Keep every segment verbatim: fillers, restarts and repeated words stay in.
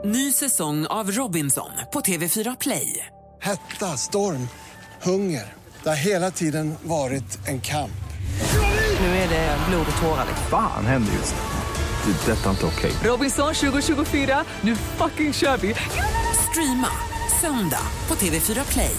Ny säsong av Robinson på T V fyra Play. Hetta, storm, hunger. Det har hela tiden varit en kamp. Nu är det blod och tårar. Fan händer just det. Det är detta inte okej. Robinson tjugo tjugofyra, nu fucking kör vi. Streama söndag på T V fyra Play.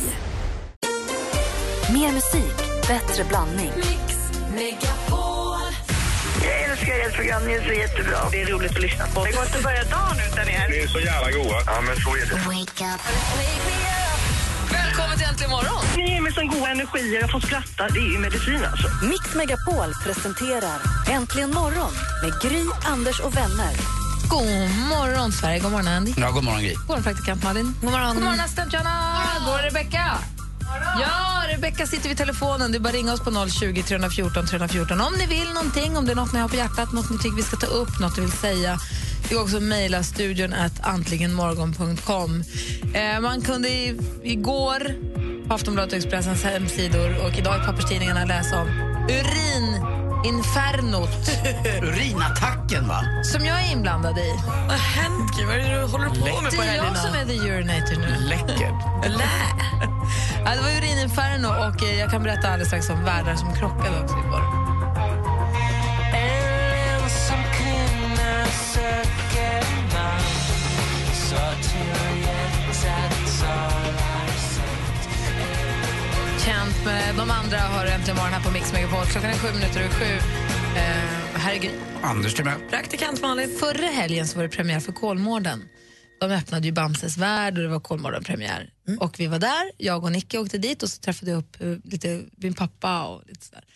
Mer musik, bättre blandning. Mix Megapol. Jag älskar ert program, ni är så jättebra. Det är roligt att lyssna på. Det går inte att börja dagen utan er. Ni är så jävla goa. Ja, men så är det. Wake up. Välkommen till Äntligen morgon. Ni ger mig sån god energi, jag får skratta. Det är ju medicin alltså. Mix Megapol presenterar Äntligen morgon med Gry, Anders och vänner. God morgon Sverige, god morgon Andy. Ja, god morgon Gry. God morgon praktikant Malin. God morgon. God morgon assistent Jana. God morgon Rebecka. Ja, Rebecka sitter vid telefonen. Du bara ringa oss på noll tjugo, tre fjorton, tre fjorton om ni vill någonting, om det är något ni har på hjärtat, något ni tycker vi ska ta upp, något du vill säga. Vi också mejla studion at antligenmorgon punkt com. Eh, man kunde i, igår på Aftonbladet och Expressens hemsidor och idag i papperstidningarna läsa om urininfernot. Urinattacken, va? Som jag är inblandad i. Vad har hänt? Vad är det du håller på med på Det är helgerna? jag som är the urinator nu. Läckert. Lä. Ja, det var urininferno och eh, jag kan berätta alldeles strax om världar som krockade också igår. Känt med de andra har äntligen morgon här på Mix Megapol. Klockan är sju minuter och sju. Eh, här är Gry. Anders till mig. Praktikant Malin. Förra helgen så var det premiär för Kolmården. De öppnade ju Bamses värld och det var Kolmården-premiär. Mm. Och vi var där, jag och Nicky åkte dit och så träffade jag upp uh, lite min pappa och lite sådär.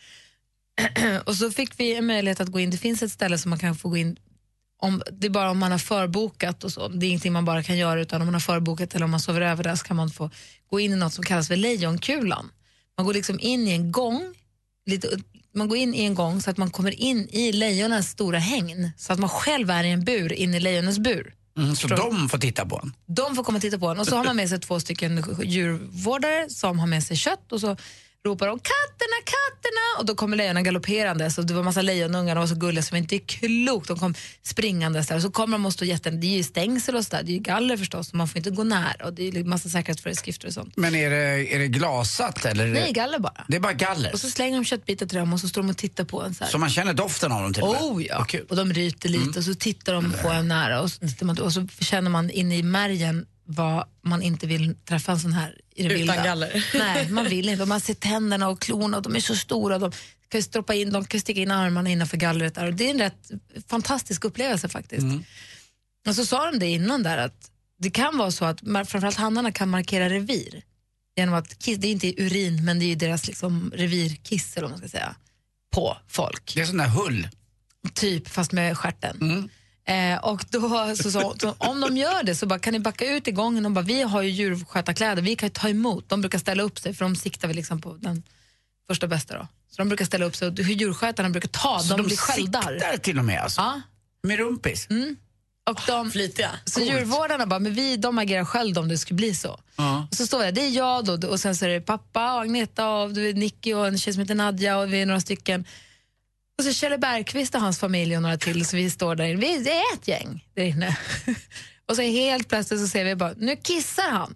Och så fick vi en möjlighet att gå in. Det finns ett ställe som man kan få gå in om, det är bara om man har förbokat och så. Det är ingenting man bara kan göra, utan om man har förbokat eller om man sover över där så kan man få gå in i något som kallas för lejonkulan. Man går liksom in i en gång, lite, man går in i en gång så att man kommer in i lejonens stora hägn, så att man själv är i en bur in i lejonens bur. Mm, så de får titta på en? De får komma och titta på en. Och så har man med sig två stycken djurvårdare som har med sig kött och så ropar de katterna, katterna och då kommer lejonen galopperande. Så det var en massa lejonungar, de var så gulliga som inte är klokt. De kom springandes där och så kommer de och står jätten. Det är ju stängsel och så där, det är ju galler förstås och man får inte gå nära och det är ju massa säkerhetsföreskrifter och sånt. Men är det, är det glasat eller? Nej, galler bara. Det är bara galler? Och så slänger de köttbitar till dem och så står de och tittar på en så här. Så man känner doften av dem till och med? Oh ja, okay. Och de ryter lite mm. och så tittar de på en nära och så, tittar man, och så känner man in i märgen vad man inte vill träffa en sån här i det vilda. Utan galler. Nej, man vill inte. Man ser tänderna och klorna och de är så stora. De kan stroppa in, de kan sticka in armarna innanför gallret där. Och det är en rätt fantastisk upplevelse faktiskt. Mm. Och så sa de det innan där att det kan vara så att framförallt hannarna kan markera revir. Genom att kiss, det är inte urin men det är ju deras liksom revirkiss eller vad man ska säga. På folk. Det är sån där hull. Typ, fast med stjärten. Mm. Eh, och då så, så, så om de gör det så bara, kan ni backa ut i gången och bara, vi har ju djurskötarkläder, vi kan ju ta emot. De brukar ställa upp sig för de siktar väl liksom på den första bästa då. Så de brukar ställa upp sig och djurskötarna brukar ta, så de, de blir skällda. Så de siktar till och med alltså? Ja. Med rumpis? Mm. Och de, flitiga. Så coolt. Djurvårdarna bara, men vi, de agerar själv om det skulle bli så. Uh. Och så står jag, det är jag då, och sen så är det pappa och Agneta och du vet, Nicky och en tjej som heter Nadja och vi är några stycken. Och så Kjelle Bergqvist och hans familj och några till, så vi står där inne. Vi, det är ett gäng där inne. Och så helt plötsligt så ser vi bara, nu kissar han.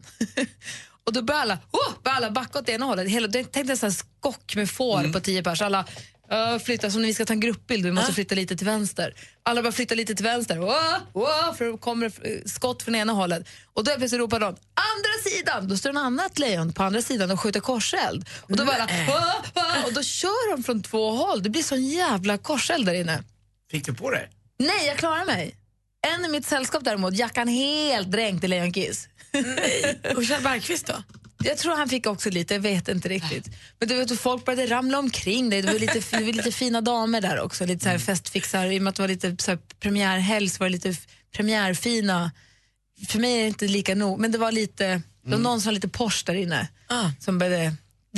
Och då börjar alla, oh, börjar alla backa åt det ena hållet. Hela, jag tänkte en sån här skock med får mm. på tio pers. Alla uh, flyttar, som när vi ska ta en gruppbild, vi måste ah. flytta lite till vänster. Alla bara flyttar lite till vänster. Oh, oh, för då kommer skott från ena hållet. Och då plötsligt ropar de, andra sidan! Då står en annat lejon på andra sidan och skjuter korseld. Och då bara, oh, oh, och då kör de från två håll. Det blir sån jävla korseld där inne. Fick du på det? Nej, jag klarar mig. En i mitt sällskap däremot, jackan helt dränkt i lejonkiss. Nej. Och Kjell Bergqvist då? Jag tror han fick också lite, jag vet inte riktigt. Men du vet, folk började ramla omkring det. Det var lite, det var lite fina damer där också. Lite så här festfixar. I och med att det var lite så här premiärhelg så var det lite premiärfina. För mig är det inte lika nog. Men det var lite, mm. det var någon som var lite Porsche där inne. Ah. Som började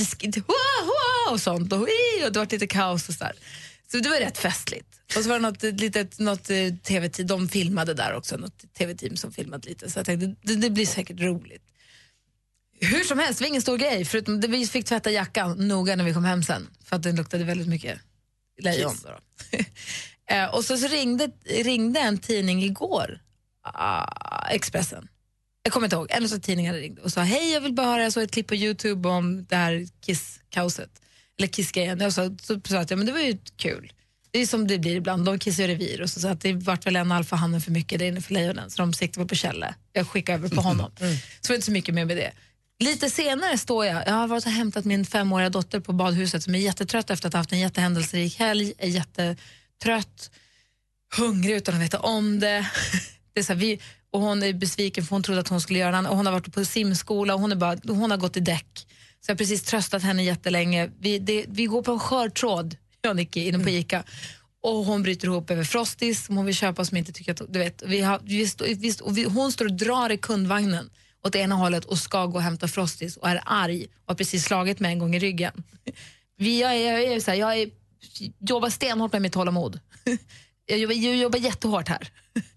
och sånt. Och, och det var lite kaos och så där. Så det var rätt festligt. Och så var det något, litet, något tv-team, de filmade där också, något tv-team som filmade lite. Så jag tänkte, det, det blir säkert roligt. Hur som helst, det var ingen stor grej. Förutom det, vi fick tvätta jackan noga när vi kom hem sen. För att den luktade väldigt mycket lejon. Då. eh, och så, så ringde, ringde en tidning igår uh, Expressen. Jag kommer inte ihåg, en av tidningarna ringde och sa hej, jag vill bara höra, jag såg ett klipp på YouTube om det här Kiss-kaoset. Eller Kiss-grejen. Jag sa, så sa att ja, men det var ju kul. Det är som det blir ibland, de kissar revir och så, så att det vart väl en alfahannen för mycket där inne för lejonen, så de siktade väl på Kjelle. Jag skickade över på honom. Mm. Så var det inte så mycket mer med det. Lite senare står jag, jag har varit och hämtat min femåriga dotter på badhuset som är jättetrött efter att ha haft en jättehändelserik helg, är jättetrött, hungrig utan att veta om det. Det är så här, vi, och hon är besviken för hon trodde att hon skulle göra det, och hon har varit på simskola och hon, är bara, hon har gått i däck. Så jag har precis tröstat henne jättelänge. Vi, det, vi går på en skörtråd, jag och Nicky, inne på Ica. Och hon bryter ihop över Frostis som hon vill köpa, som inte tycker att, du vet, vi har, vi stå, vi, och vi, hon står och drar i kundvagnen åt ena hållet och ska gå och hämta Frostis och är arg och har precis slagit mig en gång i ryggen. Vi, jag, är, jag, är så här, jag är, jobbar stenhårt med mitt tålamod. Jag jobbar, jag jobbar jättehårt här.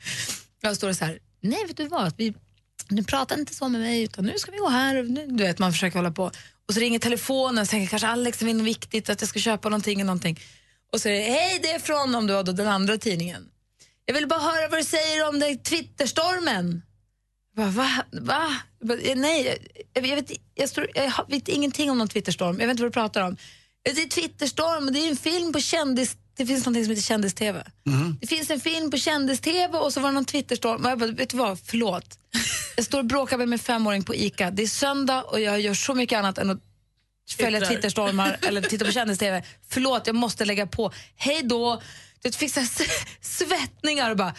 Jag står så här, nej vet du vad, vi, nu pratar inte så med mig utan nu ska vi gå här. Du vet, man försöker hålla på. Och så ringer telefonen och tänker kanske Alex, det är viktigt att jag ska köpa någonting eller någonting. Och så är det, hej det är från, om du har då den andra tidningen. Jag vill bara höra vad du säger om den Twitterstormen. Va? Va? Va? Nej, jag, jag, vet, jag, står, jag vet ingenting om någon Twitterstorm. Jag vet inte vad du pratar om. Det är Twitterstorm och det är en film på kändis. Det finns någonting som heter kändis-tv. Mm. Det finns en film på kändis-tv och så var det någon Twitterstorm. Och jag bara, vet du vad, förlåt. Jag står och bråkar med min femåring på Ica. Det är söndag och jag gör så mycket annat än att följa Twitterstormar eller titta på kändis-tv. Förlåt, jag måste lägga på. Hej då. Du fick så svettningar och bara,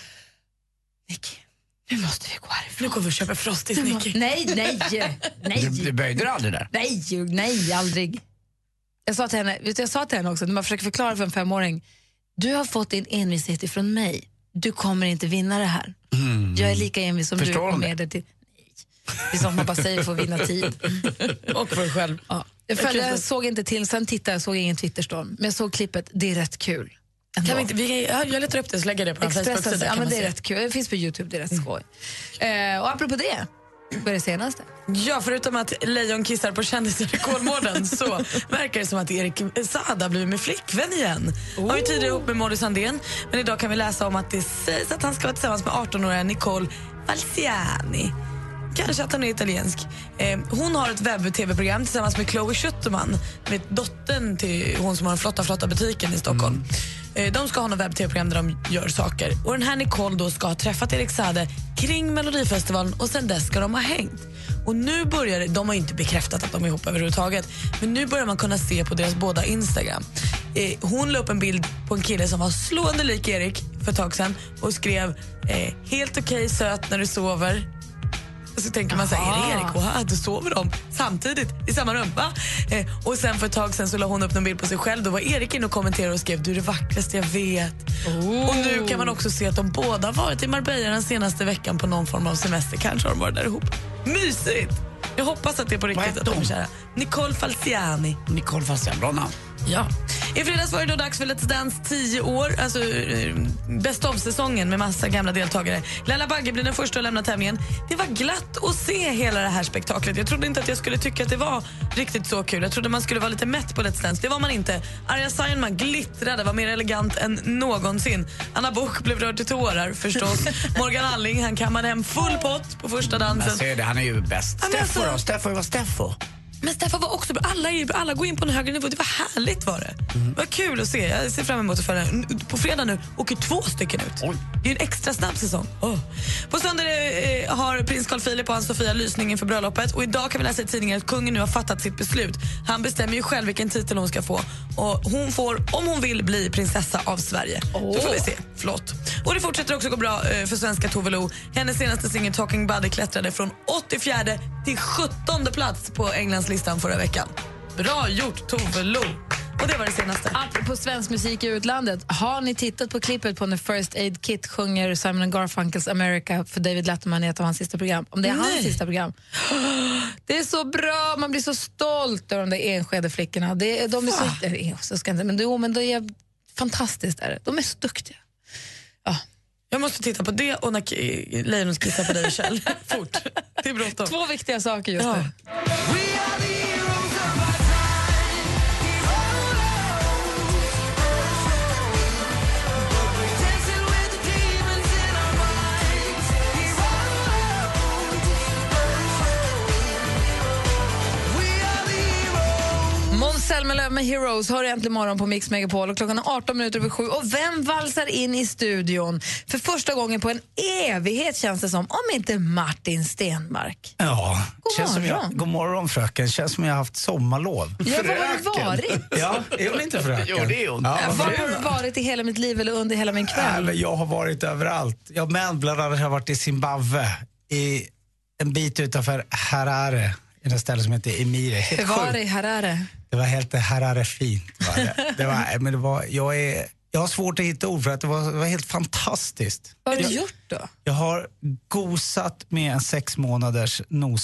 Nicky, nu måste vi gå härifrån. Nu går vi och köper Frostis, Nicky. Nej, nej, nej. Du, du böjde aldrig där? Nej, nej, aldrig. Jag sa till henne, vet du, jag sa till henne också, när man försöker förklara för en femåring, du har fått din envishet ifrån mig. Du kommer inte vinna det här. Mm. Jag är lika envis som Förstår du kommer med det till. Nej. Det är som man bara säger för att vinna tid. Och för själv. Ja. Jag, följde, jag såg inte till, sen tittade jag, såg ingen Twitterstorm. Men jag såg klippet, det är rätt kul. Kan vi inte, vi, jag letar upp det så lägger det på en Facebook-sida. Ja, men det är rätt kul. Det finns på YouTube, det är rätt mm. skoj. Eh, och apropå det, vad är det senaste? Ja, förutom att lejon kissar på kändisar i Kolmården så verkar det som att Erik Saade blivit med flickvän igen. Han var ju tidigare ihop med Molly Sandén, men idag kan vi läsa om att det sägs att han ska vara tillsammans med arton-åriga Nicole Falciani. Kanske att han är italiensk. Eh, hon har ett webb-tv-program tillsammans med Chloe Schuterman, med dottern till hon som har den flotta, flotta butiken i Stockholm. Mm. Eh, de ska ha något webb-tv-program där de gör saker. Och den här Nicole då ska ha träffat Erik Saade kring Melodifestivalen och sen dess ska de ha hängt. Och nu börjar det, de har inte bekräftat att de är ihop överhuvudtaget, men nu börjar man kunna se på deras båda Instagram. Eh, hon la upp en bild på en kille som var slående lik Erik för ett tag sedan och skrev eh, helt okej okay, söt när du sover. Så tänker man så här, är det Erik? Wow, då sover de samtidigt i samma rum, va? Eh, och sen för ett tag sen så la hon upp en bild på sig själv. Då var Erik inne och kommenterade och skrev, du är det vackraste jag vet. Oh. Och nu kan man också se att de båda varit i Marbella den senaste veckan på någon form av semester. Kanske har de varit där ihop. Mysigt! Jag hoppas att det är på riktigt att de är kära. Nicole Falciani. Nicole Falciani, bra namn. Ja. I fredags var det då dags för Let's Dance tio år, alltså eh, bäst av säsongen med massa gamla deltagare. Laila Bagge blir den första att lämna tävlingen. Det var glatt att se hela det här spektaklet. Jag trodde inte att jag skulle tycka att det var riktigt så kul. Jag trodde man skulle vara lite mätt på Let's Dance. Det var man inte. Arja Saijonmaa glittrade, var mer elegant än någonsin. Anna Book blev rörd till tårar förstås. Morgan Alling, han kammade hem full pott på första dansen. Jag ser det, han är ju bäst. Steffo då, Steffo var Steffo. Men Steffo var också bra. Alla, alla går in på en högre nivå. Det var härligt var det. Mm. Det var kul att se. Jag ser fram emot att följa. På fredag nu åker två stycken ut. Oj. Det är en extra snabb säsong. Oh. På söndag eh, har prins Carl Philip och hans Sofia lysningen för bröllopet. Och idag kan vi läsa i tidningen att kungen nu har fattat sitt beslut. Han bestämmer ju själv vilken titel hon ska få. Och hon får, om hon vill, bli prinsessa av Sverige. Oh. Så får vi se. Flott. Och det fortsätter också gå bra eh, för svenska Tove Lo. Hennes senaste singel Talking Buddy klättrade från åttiofjärde till sjuttonde plats på Englands listan förra veckan. Bra gjort, Tove Lo. Och det var det senaste. Apropå svensk musik i utlandet, har ni tittat på klippet på när First Aid Kit sjunger Simon and Garfunkels America för David Letterman i ett av hans sista program? Om det är Nej. hans sista program. Det är så bra, man blir så stolt över de där Enskede flickorna. Det, de är så, äh, så ska inte, men, jo, men det är fantastiskt. Är det. De är så duktiga. Ja. Jag måste titta på det och när Lejon kissar på dig, Kjell. Fort. Det är bråttom. Två viktiga saker just ja. nu. med Heroes har du äntligen morgon på Mix Megapol och klockan är arton minuter över sju. Och vem valsar in i studion för första gången på en evighet, känns det som, om inte Martin Stenmark? Ja, god känns morgon. Som jag, god morgon fröken, känns som jag har haft sommarlov. Ja, vad har du varit? Ja, är hon inte fröken? Jo, det är hon. Ja, Var har du varit i hela mitt liv eller under hela min kväll? Nej, jag har varit överallt. Jag men bland annat har varit i Zimbabwe, i en bit utanför Harare, i en ställe som heter Emire. Hur var det i Harare? Det var helt Harare fint. Var det. Det var, men det var, jag, är, jag har svårt att hitta ord för att det var, det var helt fantastiskt. Vad har du jag, gjort då? Jag har gosat med en sex månaders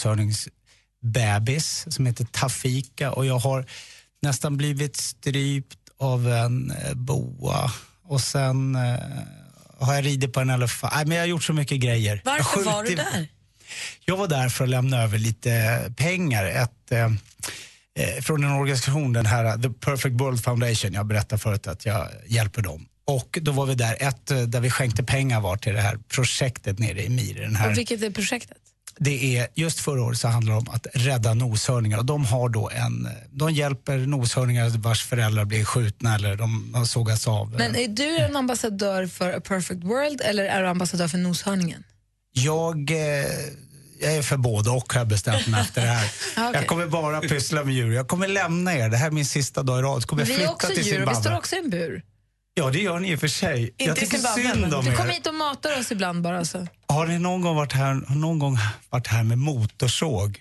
noshörningsbebis som heter Tafika, och jag har nästan blivit strypt av en eh, boa, och sen eh, har jag ridit på en elefant. Nej, men jag har gjort så mycket grejer. Varför var du där? Jag var där för att lämna över lite pengar. Ett, eh, från en organisation, den här The Perfect World Foundation. Jag berättade förut att jag hjälper dem. Och då var vi där, ett där vi skänkte pengar var till det här projektet nere i Mir. Den här, och vilket är projektet? Det är, just förra året så handlar det om att rädda noshörningar. Och de har då en, de hjälper noshörningar vars föräldrar blir skjutna eller de har sågats av. Men är du en ambassadör för A Perfect World eller är du ambassadör för noshörningen? Jag, eh, jag är för båda och har bestämt mig efter det här. Ah, okay. Jag kommer bara pyssla med djur. Jag kommer lämna er. Det här är min sista dag i rad. Så kommer jag vi flytta är också till djur och vi står Zimbabwe. också i en bur. Ja, det gör ni i och för sig. Inte jag tycker Zimbabwe, synd om Du er. kommer hit och matar oss ibland bara. Alltså. Har ni någon gång varit här, har någon gång varit här med motorsåg?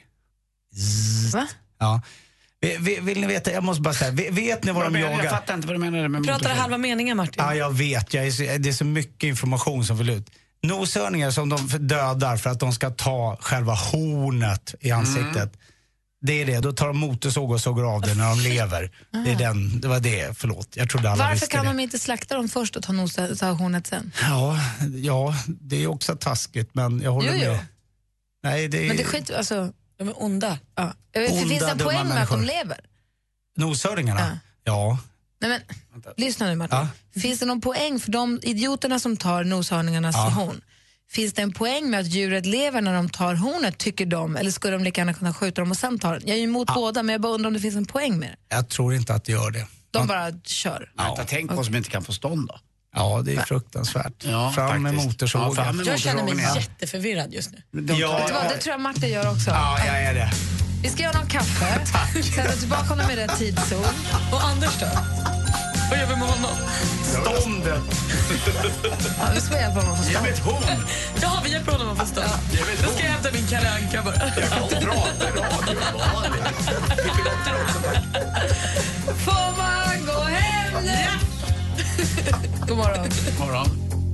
Zzz. Va? Ja. Vill, vill, vill ni veta, jag måste bara säga, vet, vet ni vad de jagar? Jag fattar inte vad du menar med Pratar du motorsåg. halva meningen, Martin? Ja, jag vet. Jag är så, det är så mycket information som vill ut. Noshörningar som de dödar för att de ska ta själva hornet i ansiktet. Mm. Det är det. Då tar de motorsåg och sågar av det när de lever. Det, är den, det var det, förlåt. Jag trodde alla Varför visste kan det. de inte slakta dem först och ta, nos- ta hornet sen? Ja, ja, det är också taskigt, men jag håller Jo, jo. med. Nej, det är... Men det skit, alltså, De är onda. ja. Finns det Onda, en dumma poäng med att de människor. lever? Noshörningarna? Ja. Nej, men, lyssna nu, Martin. Ja. Finns det någon poäng för de idioterna som tar noshörningarnas Ja. horn? Finns det en poäng med att djuret lever när de tar hornet, tycker de? Eller skulle de lika gärna kunna skjuta dem och sen ta den? Jag är ju emot Ja. båda, men jag bara undrar om det finns en poäng med det. Jag tror inte att det gör det. De bara kör. Ja. Tänk på vad som inte kan få stånd då. Ja, det är fruktansvärt. Ja, fram med faktiskt. motorsågen. Ja, fram med Jag känner mig motorsågen, ja. jätteförvirrad just nu. De Ja, tar- Vet du vad, det tror jag Martin gör också. Ja, jag är det. Vi ska göra någon kaffe. Sen är tillbaka honom i rätt tidszon. Och Anders då? Vad gör vi med honom? Ståndet. Ja, vi ska hjälpa honom att få stånd. ett hon. Ja, vi hjälper honom att få stånd. Då ska jag hämta min Kalle Anka bara. Jag kan inte prata i radio. Får man gå hem nu? God morgon. Morgon.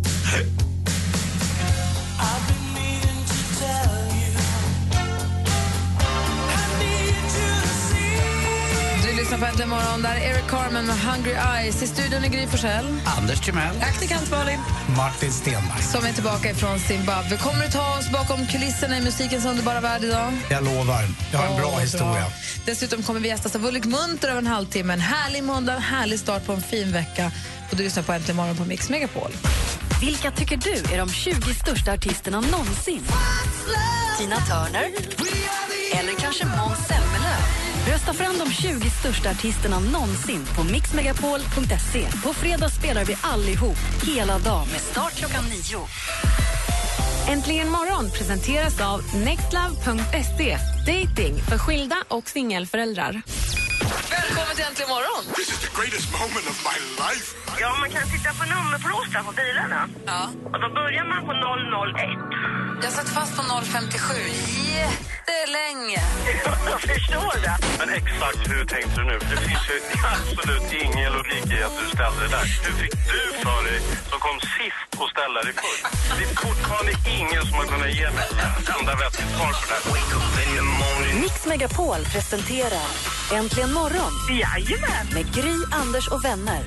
Du lyssnar på Äntligen morgon. Där är Eric Carmen med Hungry Eyes. I studion är Gry Forssell. Anders Timell. Praktikant Malin. Martin Stenmark. Som är tillbaka ifrån Zimbabwe. Kommer du ta oss bakom kulisserna i musikens underbara värld idag? Jag lovar. Jag har en Åh, bra vad historia. bra. Dessutom kommer vi gästas av Ulrik Munter över en halvtimme. En härlig måndag, en härlig start på en fin vecka. Och du lyssnar på Äntligen morgon på Mix Megapol. Vilka tycker du är de tjugo största artisterna någonsin? Tina Turner? Eller kanske Måns Zelmerlöw? Rösta fram de tjugo största artisterna någonsin på mix megapol punkt se. På fredag spelar vi allihop, hela dagen, med start klockan nio. Äntligen morgon presenteras av nextlove punkt se. Dating för skilda och singelföräldrar. Välkommen till Äntligen morgon. This is the greatest moment of my life. Ja, man kan titta på nummerplåtar på bilarna. Ja. Och då börjar man på noll noll ett. Jag satt fast på noll femtiosju jättelänge. Jag förstår det. Men exakt hur tänkte du nu? För det finns ju absolut ingen logik i att du ställde det där. Hur fick du för dig som kom sist och ställa dig först? Det är fortfarande ingen som har kunnat ge mig ett enda vettigt svar på det här. Mix Megapol presenterar Äntligen morgon Jajamän. med Gry, Anders och vänner.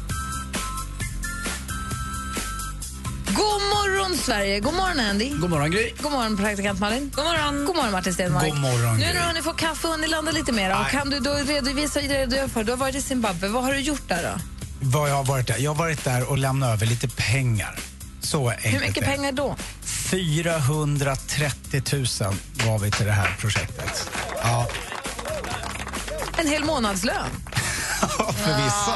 God morgon, Sverige. God morgon, Andy. God morgon, Gry. God morgon, praktikant Malin. God morgon. God morgon, Martin Stenmark. God morgon, Nu Gry. när du hunnit få kaffe och hunnit landa lite mer, och Nej. kan du då redovisa det för? Du har varit i Zimbabwe. Vad har du gjort där då? Vad jag har varit där? Jag har varit där och lämnat över lite pengar. Så enkelt. Hur mycket är det. pengar då? fyrahundratrettio tusen var vi till det här projektet. Ja, En hel månadslön. För vissa.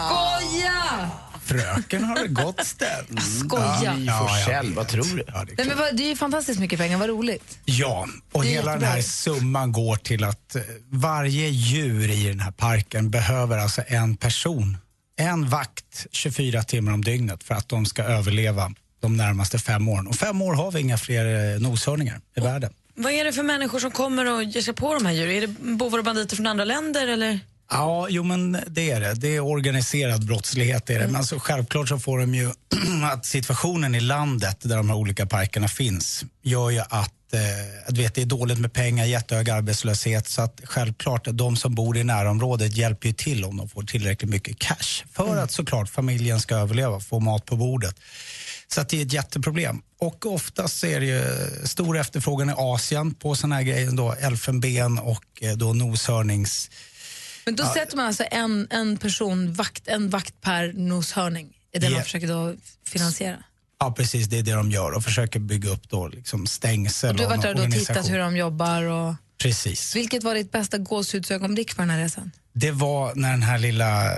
Skoja! Fröken har det gott ställt. Skoja. Ja, vi får själv, vad tror du? Ja, det, är Nej, men vad, det är ju fantastiskt mycket pengar, vad roligt. ja, och Det är hela jättebra. den här summan går till att eh, varje djur i den här parken behöver alltså en person. En vakt tjugofyra timmar om dygnet för att de ska överleva de närmaste fem åren. Och fem år har vi inga fler eh, noshörningar i världen. Vad är det för människor som kommer och ger sig på de här djuren? Är det bovar och banditer från andra länder eller? Ja, jo men det är det. Det är organiserad brottslighet. Är det. Mm. Men alltså, självklart så får de ju att situationen i landet där de här olika parkerna finns gör ju att, eh, att vet, det är dåligt med pengar, jättehög arbetslöshet. Så att självklart att de som bor i närområdet hjälper ju till om de får tillräckligt mycket cash. För mm. att såklart familjen ska överleva, få mat på bordet. Så att det är ett jätteproblem. Och oftast är det ju stor efterfrågan i Asien på såna här grejer då, elfenben och eh, då noshörnings... Men då ja. sätter man alltså en, en person, vakt, en vakt per noshörning. Är det yeah. man försöker då finansiera? Ja, precis. Det är det de gör och försöker bygga upp då liksom stängsel. Och du har varit där och tittat hur de jobbar? Och... Precis. Vilket var ditt bästa gåshudsögonblick på den här resan? Det var när den här lilla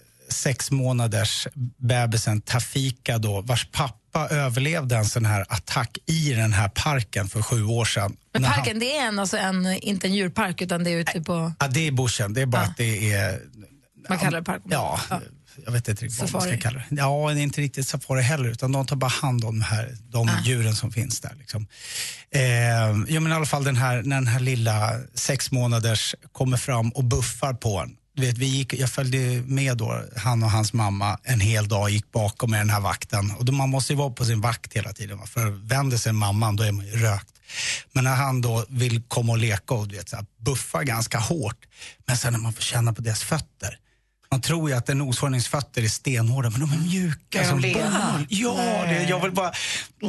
sex månaders bebisen Tafika då, vars pappa överlevde en sån här attack i den här parken för sju år sedan. Men parken, han... det är en, alltså en, inte en djurpark utan det är ute på... Ja, det är bushen. Det är bara ja. att det är... Man kallar det park? Ja, ja. Jag vet inte riktigt vad man ska kalla det. Ja, det är inte riktigt safari heller utan de tar bara hand om de, här, de ah. djuren som finns där. Liksom. Eh, ja, men i alla fall den här, när den här lilla sex månaders kommer fram och buffar på en. Du vet, vi gick, jag följde med då, han och hans mamma en hel dag gick bakom med den här vakten. Och då, man måste ju vara på sin vakt hela tiden. För vänder sig mamman, då är man ju rökt. Men när han då vill komma och leka och du vet, så här, buffa ganska hårt. Men sen när man får känna på deras fötter. Man tror ju att en noshörningsfötter är stenhårda, men de är mjuka. Är som de barn. Ja, det, jag vill bara...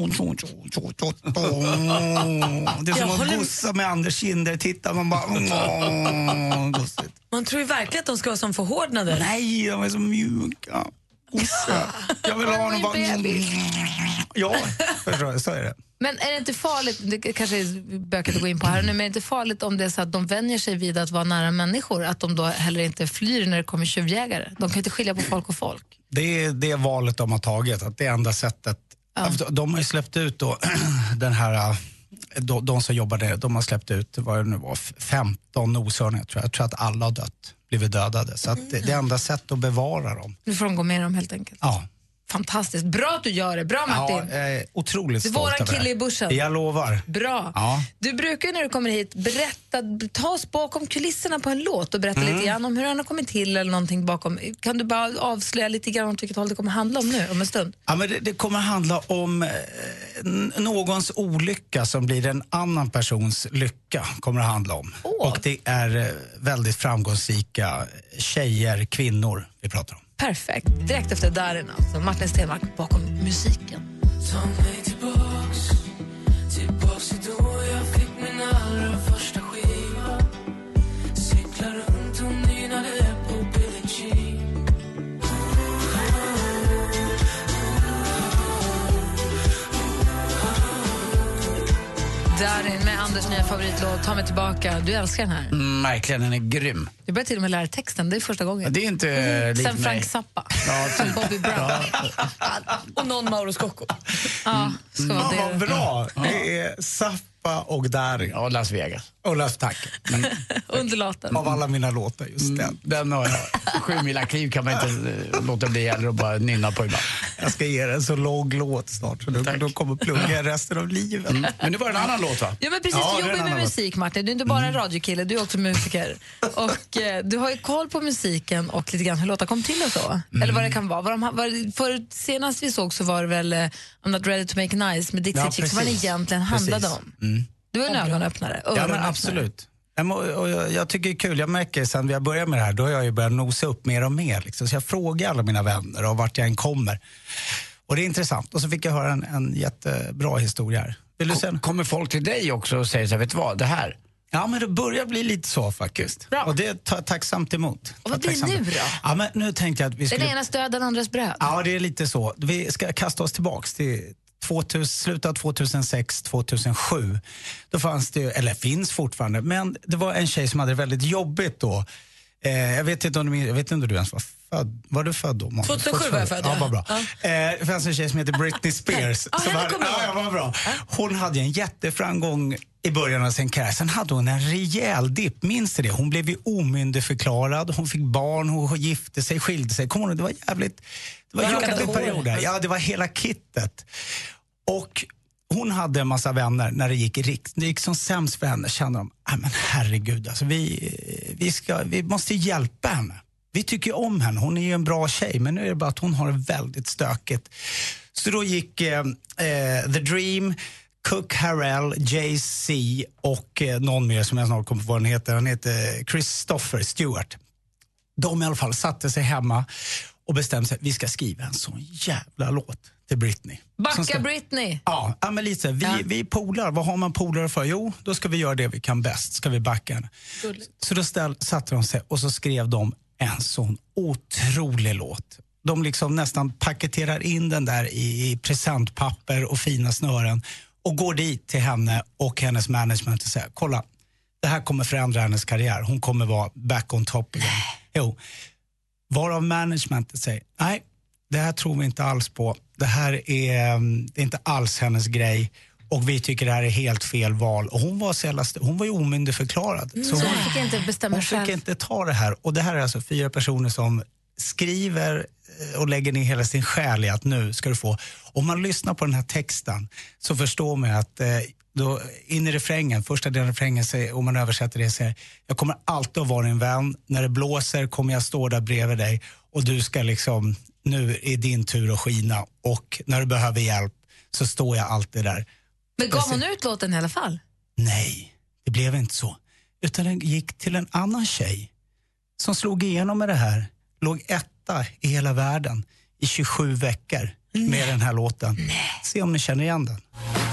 Det är som att håller... gossa med Anders kinder. Titta, man bara... Man tror ju verkligen att de ska vara som förhårdnader. Nej, de är så mjuka. Gossa. Jag vill ha dem bara... Ja, förstår, så är det. Men är det inte farligt, det kanske är bökigt att gå in på här nu, men är det inte farligt om det är så att de vänjer sig vid att vara nära människor, att de då heller inte flyr när det kommer tjuvjägare? De kan inte skilja på folk och folk. Det är det valet de har tagit, att det är enda sättet. Ja. De har ju släppt ut då den här, de, de som jobbar där, de har släppt ut, vad det nu var, femton noshörningar tror jag. Jag tror att alla har dött, blivit dödade. Så att det, det är enda sätt att bevara dem. Nu får de gå med dem helt enkelt. Ja. Fantastiskt. Bra att du gör det. Bra, Martin. Ja, jag är otroligt stolt. Du är våran kille i bushen. Jag lovar. Bra. Ja. Du brukar när du kommer hit berätta, ta oss bakom kulisserna på en låt och berätta mm. lite grann om hur den har kommit till eller någonting bakom. Kan du bara avslöja lite grann om vilket håll det kommer handla om nu om en stund? Ja, men det, det kommer handla om eh, någons olycka som blir en annan persons lycka, kommer det handla om. Oh. Och det är eh, väldigt framgångsrika tjejer, kvinnor vi pratar om. Perfekt. Direkt efter Darin, alltså Martin Stenmarck bakom musiken. Ta mig tillbaks, tillbaks till då jag fick min allra första skiva. Cyklar runt och nynade på Billie Jean. Darin med Anders nya favoritlåt, Ta mig tillbaka. Du älskar den här. Mm, verkligen, den är grym. Du börjar till och med lära texten, det är första gången. Ja, det är inte mm. Sen Frank Zappa. Ja, Sen Bobby Brown. Ja. Och någon Mauro Scocco. Ja, ska vara det. Ja, bra. Det är Zappa och Darin. Ja, Las Vegas. Och Las, tack. Mm. Under låten. Av alla mina låtar, just mm. den. Den har jag. Sju mila kliv kan man inte uh, låta bli eller och bara nynna på ibland. Jag ska ge en så lång låt snart så då, då kommer plugga resten av livet. Mm. Men nu var det en annan låt, va? Ja, men precis. Ja, du jobbar med musik, Martin. Du är inte bara en radiokille, du är också musiker. Och eh, du har ju koll på musiken och lite grann hur låtar kom till och så. Mm. Eller vad det kan vara. Vad de, vad, för senast vi såg så var det väl uh, I'm not ready to make nice med Dixie ja, Chicks. Vad det egentligen handlade om. Mm. Du var en ögonöppnare. Ja, men absolut. Och jag, jag tycker det är kul, jag märker sen vi har börjat med det här, då har jag ju börjat nosa upp mer och mer liksom. Så jag frågar alla mina vänner och vart jag än kommer. Och det är intressant. Och så fick jag höra en, en jättebra historia här. Vill du säga? Kommer folk till dig också och säger så här, vet du vad, det här? Ja, men det börjar bli lite så faktiskt. Bra. Och det tar jag tacksamt emot. Och vad blir nu då? Ja, men nu tänkte jag att vi skulle... Den ena stöd, den andras bröd. Ja, det är lite så. Vi ska kasta oss tillbaks till tvåtusen, slutet av tjugohundrasex tjugohundrasju. Då fanns det, eller finns fortfarande, men det var en tjej som hade det väldigt jobbigt då. Eh, jag vet inte om du, jag vet inte om du ens var född. Var du född då? Många? tjugohundrasju var jag född. Ja, vad bra. Ja. Eh, det fanns en tjej som heter Britney Spears. Ja, som henne hade, kommer jag ja, ihåg. ja, vad bra. Hon hade en jätteframgång i början av sin karriär. Sen hade hon en rejäl dipp. Minns du det? Hon blev ju omyndigförklarad. Hon fick barn, hon gifte sig, skilde sig. Kommer du ihåg? Det var jävligt... Det var jobbigt perioder. Ja, det var hela kittet. Och hon hade en massa vänner när det gick i riks. Det gick som sämst för henne. Kände de, nej men herregud, alltså, vi, vi, ska, vi måste hjälpa henne. Vi tycker ju om henne, hon är ju en bra tjej. Men nu är det bara att hon har det väldigt stökigt. Så då gick eh, eh, The Dream, Cook Harrell, Jay-Z och eh, någon mer som jag snart kommer på vad han heter. Han heter Christopher Stewart. De i alla fall satte sig hemma och bestämde sig att vi ska skriva en sån jävla låt till Britney. Backa ska... Britney! Ja, ja men lite så här, vi, ja. vi polar. Vad har man polare för? Jo, då ska vi göra det vi kan bäst. Ska vi backa henne. Så då ställ, satte de sig och så skrev de en sån otrolig låt. De liksom nästan paketerar in den där i, i presentpapper och fina snören och går dit till henne och hennes management och säger, kolla, det här kommer förändra hennes karriär. Hon kommer vara back on top igen. Jo. Varav managementet säger, nej, det här tror vi inte alls på. Det här är, det är inte alls hennes grej. Och vi tycker det här är helt fel val. Och hon var, sellaste, hon var ju omyndigförklarad. Mm. Så Så hon, hon fick inte bestämma hon själv. fick inte ta det här. Och det här är alltså fyra personer som skriver och lägger ner hela sin själ i att nu ska du få. Om man lyssnar på den här texten så förstår man att eh, då, in i refrängen, första delen av refrängen säger, om man översätter det säger, jag kommer alltid att vara din vän. När det blåser kommer jag stå där bredvid dig. Och du ska liksom, nu är din tur att skina. Och när du behöver hjälp så står jag alltid där. Men gav hon ut låten i alla fall? Nej, det blev inte så. Utan den gick till en annan tjej som slog igenom med det här. Låg etta i hela världen i tjugosju veckor med Nej. den här låten. Nej. Se om ni känner igen den.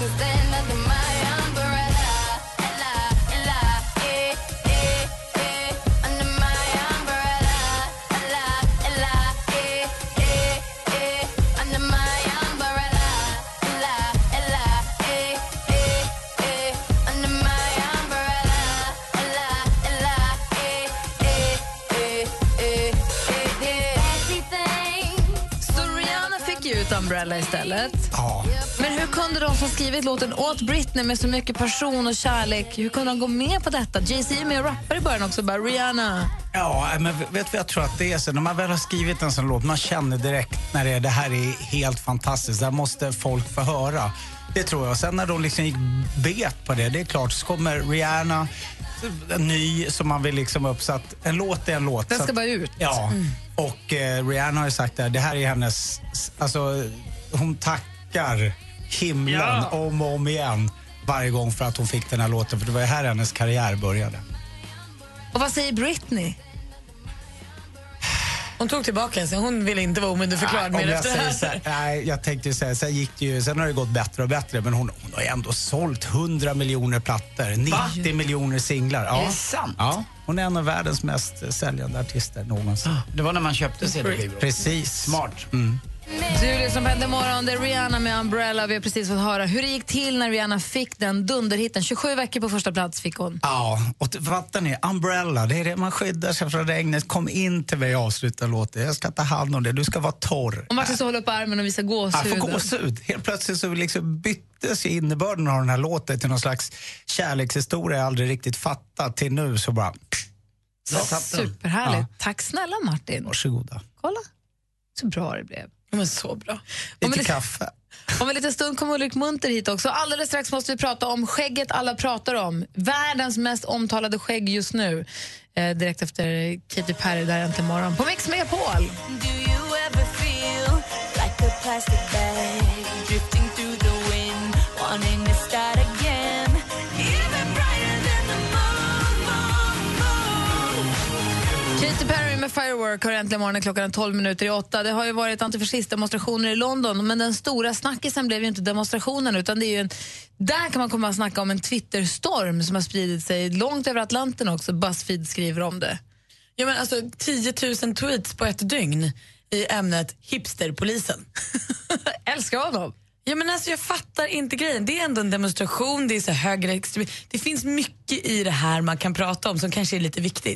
Umbrella istället. Ja. Men hur kunde de som skrivit låten åt Britney med så mycket passion och kärlek, hur kunde de gå med på detta? Jay-Z är med och rappar i början också, bara Rihanna. Ja, men vet du vad jag tror att det är så? När man väl har skrivit en sån låt, man känner direkt när det är, det här är helt fantastiskt. Det här måste folk få höra. Det tror jag. Sen när de liksom gick bet på det, det är klart, så kommer Rihanna, en ny som man vill liksom uppsatt. En låt är en låt. Den ska att, bara ut. Ja, mm. och eh, Rihanna har ju sagt det här, det här är hennes, alltså hon tackar himlen ja. om och om igen varje gång för att hon fick den här låten, för det var ju här hennes karriär började. Och vad säger Britney? Hon tog tillbaka sig, hon ville inte vara omyndigförklarad mer efter det här. Så här. Nej, jag tänkte ju säga, sen gick det ju, sen har det gått bättre och bättre, men hon, hon har ju ändå sålt hundra miljoner plattor, nittio Va? miljoner singlar. Ja. Är det sant? Ja, hon är en av världens mest säljande artister någonsin. Det var när man köpte C D-skivor. Precis. Smart. Mm. Du lyssnar på Äntligen morgon, det är Rihanna med Umbrella. Vi har precis fått höra hur det gick till när Rihanna fick den dunderhitten. tjugosju veckor på första plats fick hon. Ja, och fattar ni, Umbrella, det är det man skyddar sig från regnet. Kom in till mig och avsluta låten. Jag ska ta hand om det, du ska vara torr. Och Martin så håller upp armen och visar gåshud. Ja, får gåshud. Helt plötsligt så liksom byttes innebörden av den här låten till någon slags kärlekshistoria jag aldrig riktigt fattat. Till nu så bara... Superhärligt. Ja. Tack snälla Martin. Varsågoda. Kolla, så bra det blev. Men så bra. Lite lite kaffe. Om en liten stund kommer Ulrik Munter hit också. Alldeles strax måste vi prata om skägget alla pratar om. Världens mest omtalade skägg just nu. Eh, direkt efter Katy Perry där Äntligen morgon på Mix Megapol. Do you ever feel like a plastic bag drifting through the wind wanting to start again? Even brighter than the moon, moon, moon. Katy Perry med Firework har Äntligen morgon, klockan tolv minuter i åtta. Det har ju varit antifascistdemonstrationer i London, men den stora snackisen blev ju inte demonstrationen, utan det är ju en, där kan man komma och snacka om en Twitterstorm som har spridit sig långt över Atlanten också. BuzzFeed skriver om det. Ja, men alltså tio tusen tweets på ett dygn i ämnet hipsterpolisen. Älskar honom. Ja, men alltså, jag fattar inte grejen. Det är ändå en demonstration, det är så högre extremism. Det finns mycket i det här man kan prata om som kanske är lite viktigt.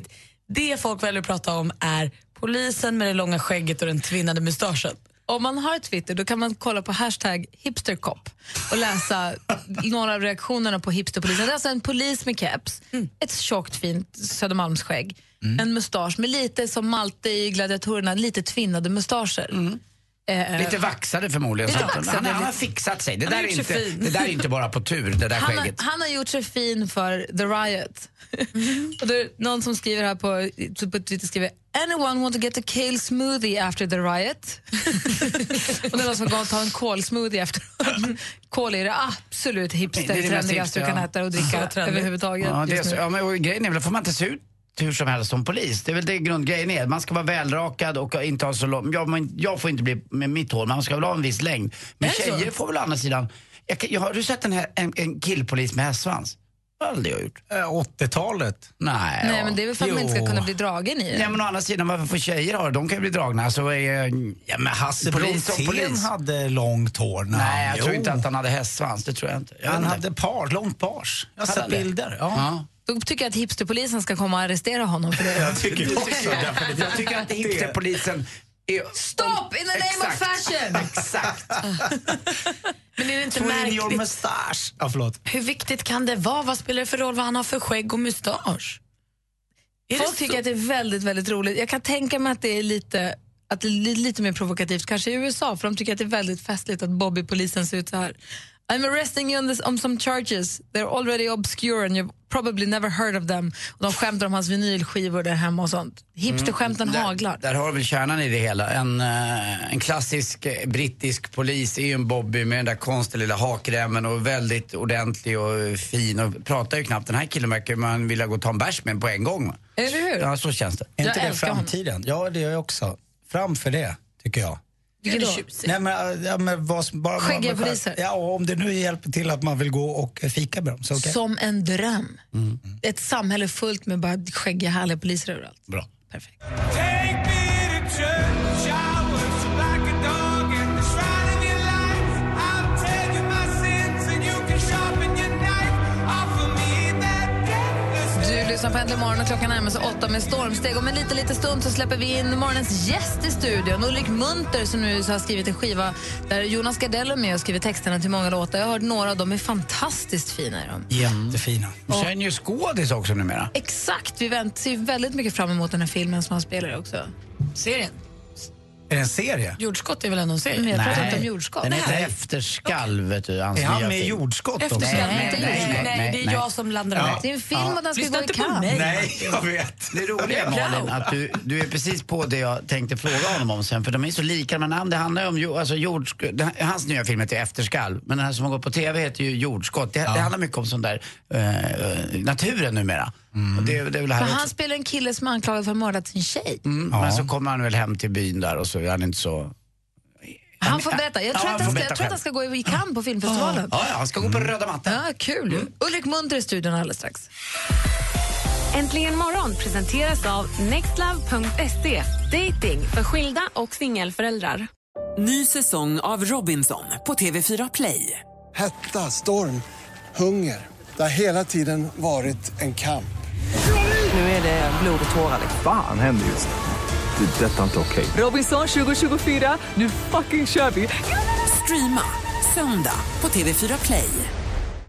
Det folk väljer att prata om är polisen med det långa skägget och den tvinnade mustaschen. Om man har Twitter då kan man kolla på hashtag hipstercop och läsa några av reaktionerna på hipsterpolisen. Det är alltså en polis med keps, mm. ett tjockt fint Södermalmsskägg, mm. en mustasch med lite som Malte i Gladiatorerna, lite tvinnade mustascher. Mm. Eh, lite vaxade förmodligen. Lite så vaxade, han, han har lite. fixat sig. Det där, är inte, det där är inte bara på tur, det där han skägget. Har, han har gjort sig fin för The Riot. Mm. Och det är någon som skriver här på, på Twitter skriver anyone want to get a kale smoothie after the riot? Och det är någon som går och tar en kålsmoothie efteråt. Kål är det absolut hipster-trendigaste du kan äta och dricka överhuvudtaget. Ja, det är så, ja, men, och grejen är väl, får man inte se ut hur som helst som polis. Det är väl det grundgrejen är. Man ska vara välrakad och inte ha så lång. Jag, jag får inte bli med mitt hår, man ska väl ha en viss längd. Men tjejer får väl å andra sidan. Jag, jag, har du sett en, här, en, en killpolis med hästsvans? Det har aldrig jag gjort. Äh, åttiotalet? Nej, Nej ja. men det är väl för att Jo. man inte ska kunna bli dragen i det. Nej men å andra sidan, varför får tjejer ha det? De kan ju bli dragna. Alltså, är, ja men Hasse polis och polis. hade långt hår. Nej, Nej jag jo. tror inte att han hade hästsvans. Det tror jag inte. Jag Han inte. hade pars, långt pars. Jag har sett bilder. Ja. Ja. Då tycker jag att hipsterpolisen ska komma och arrestera honom för det. Jag tycker också. Jag tycker att hipsterpolisen är... Stop in the name of fashion! Exakt. Men är det inte Twin your märkligt? mustache. Ja, förlåt. Hur viktigt kan det vara? Vad spelar det för roll vad han har för skägg och mustasch? Är Folk det tycker så? att det är väldigt, väldigt roligt. Jag kan tänka mig att det är lite, att det är lite mer provokativt kanske i U S A, för de tycker att det är väldigt festligt att Bobby-polisen ser ut så här. I'm arresting you on, this, on some charges. They're already obscure and you've probably never heard of them. Och de skämtar om hans vinylskivor där hemma och sånt. Hipsterskämten Mm, haglar. Där, där har vi väl kärnan i det hela. En, uh, en klassisk eh, brittisk polis är ju en Bobby med den där konstiga lilla hakremmen och väldigt ordentlig och fin och pratar ju knappt. Den här killen verkar man vilja gå och ta en bärs med på en gång. Eller hur? Ja, så känns det. Är inte Jag det älskar framtiden? Ja, det gör jag också. Framför det, tycker jag. Är det då? tjusigt? Nej, men, ja, men vad som bara... Skäggiga bara- poliser. Ja, och om det nu hjälper till att man vill gå och fika med dem, så okej. Som en dröm. Mm. Ett samhälle fullt med bara skäggiga, härliga poliser överallt. Bra. Perfekt. Du lyssnar på Äntligen morgon och klockan närmar sig åtta med stormsteg. Om en lite, lite stund så släpper vi in morgonens gäst i studion. Ulrik Munter som nu har skrivit en skiva där Jonas Gardell är med och skriver texterna till många låtar. Jag har hört några av dem, är fantastiskt fina i dem. Jättefina. Och sen ju skådis också numera. Exakt, vi vänt, ser väldigt mycket fram emot den här filmen som han spelar också. Serien? Är det en serie? Jordskott är väl ändå en serie? Men jag pratar Nej. inte om jordskott. Den heter Efterskalv, vet du. Hans Är han nya med i film. jordskott också? Eftersom, Nej, nej, nej, nej, nej, nej, det är nej. jag som landar Ja. med. Det är en film och den ska Lyssna gå i inte på kamp. mig. Nej, jag vet. Det roliga är, Malin, att du, du är precis på det jag tänkte fråga honom om sen. För de är så lika med namn. Det handlar ju om jo- alltså, jordsk- det, hans nya film heter Efterskalv. Men den här som har gått på tv heter ju Jordskott. Det, det handlar mycket om sån där eh, naturen numera. Mm. Och det, det är väl här För också. han spelar en kille som är anklagad för att ha mördat sin tjej. Mm, Ja. Men så kommer han väl hem till byn där och så är han inte så... Han får berätta. Jag tror, Ja, att, han han får ska, berätta jag tror att han ska gå i kamp på filmfestivalen. Ja, ja, han ska gå på röda mattan. Ja, kul ju. Ulrik Munter i studion alldeles strax. Äntligen morgon presenteras av nextlove punkt se. Dating för skilda och singelföräldrar. Ny säsong av Robinson på T V fyra Play. Hetta, storm, hunger. Det har hela tiden varit en kamp. Nu är det blod och tårar. Fan händer just det. Det är detta inte okej. Robinson tjugo tjugofyra, nu fucking kör vi! Streama söndag på T V fyra Play.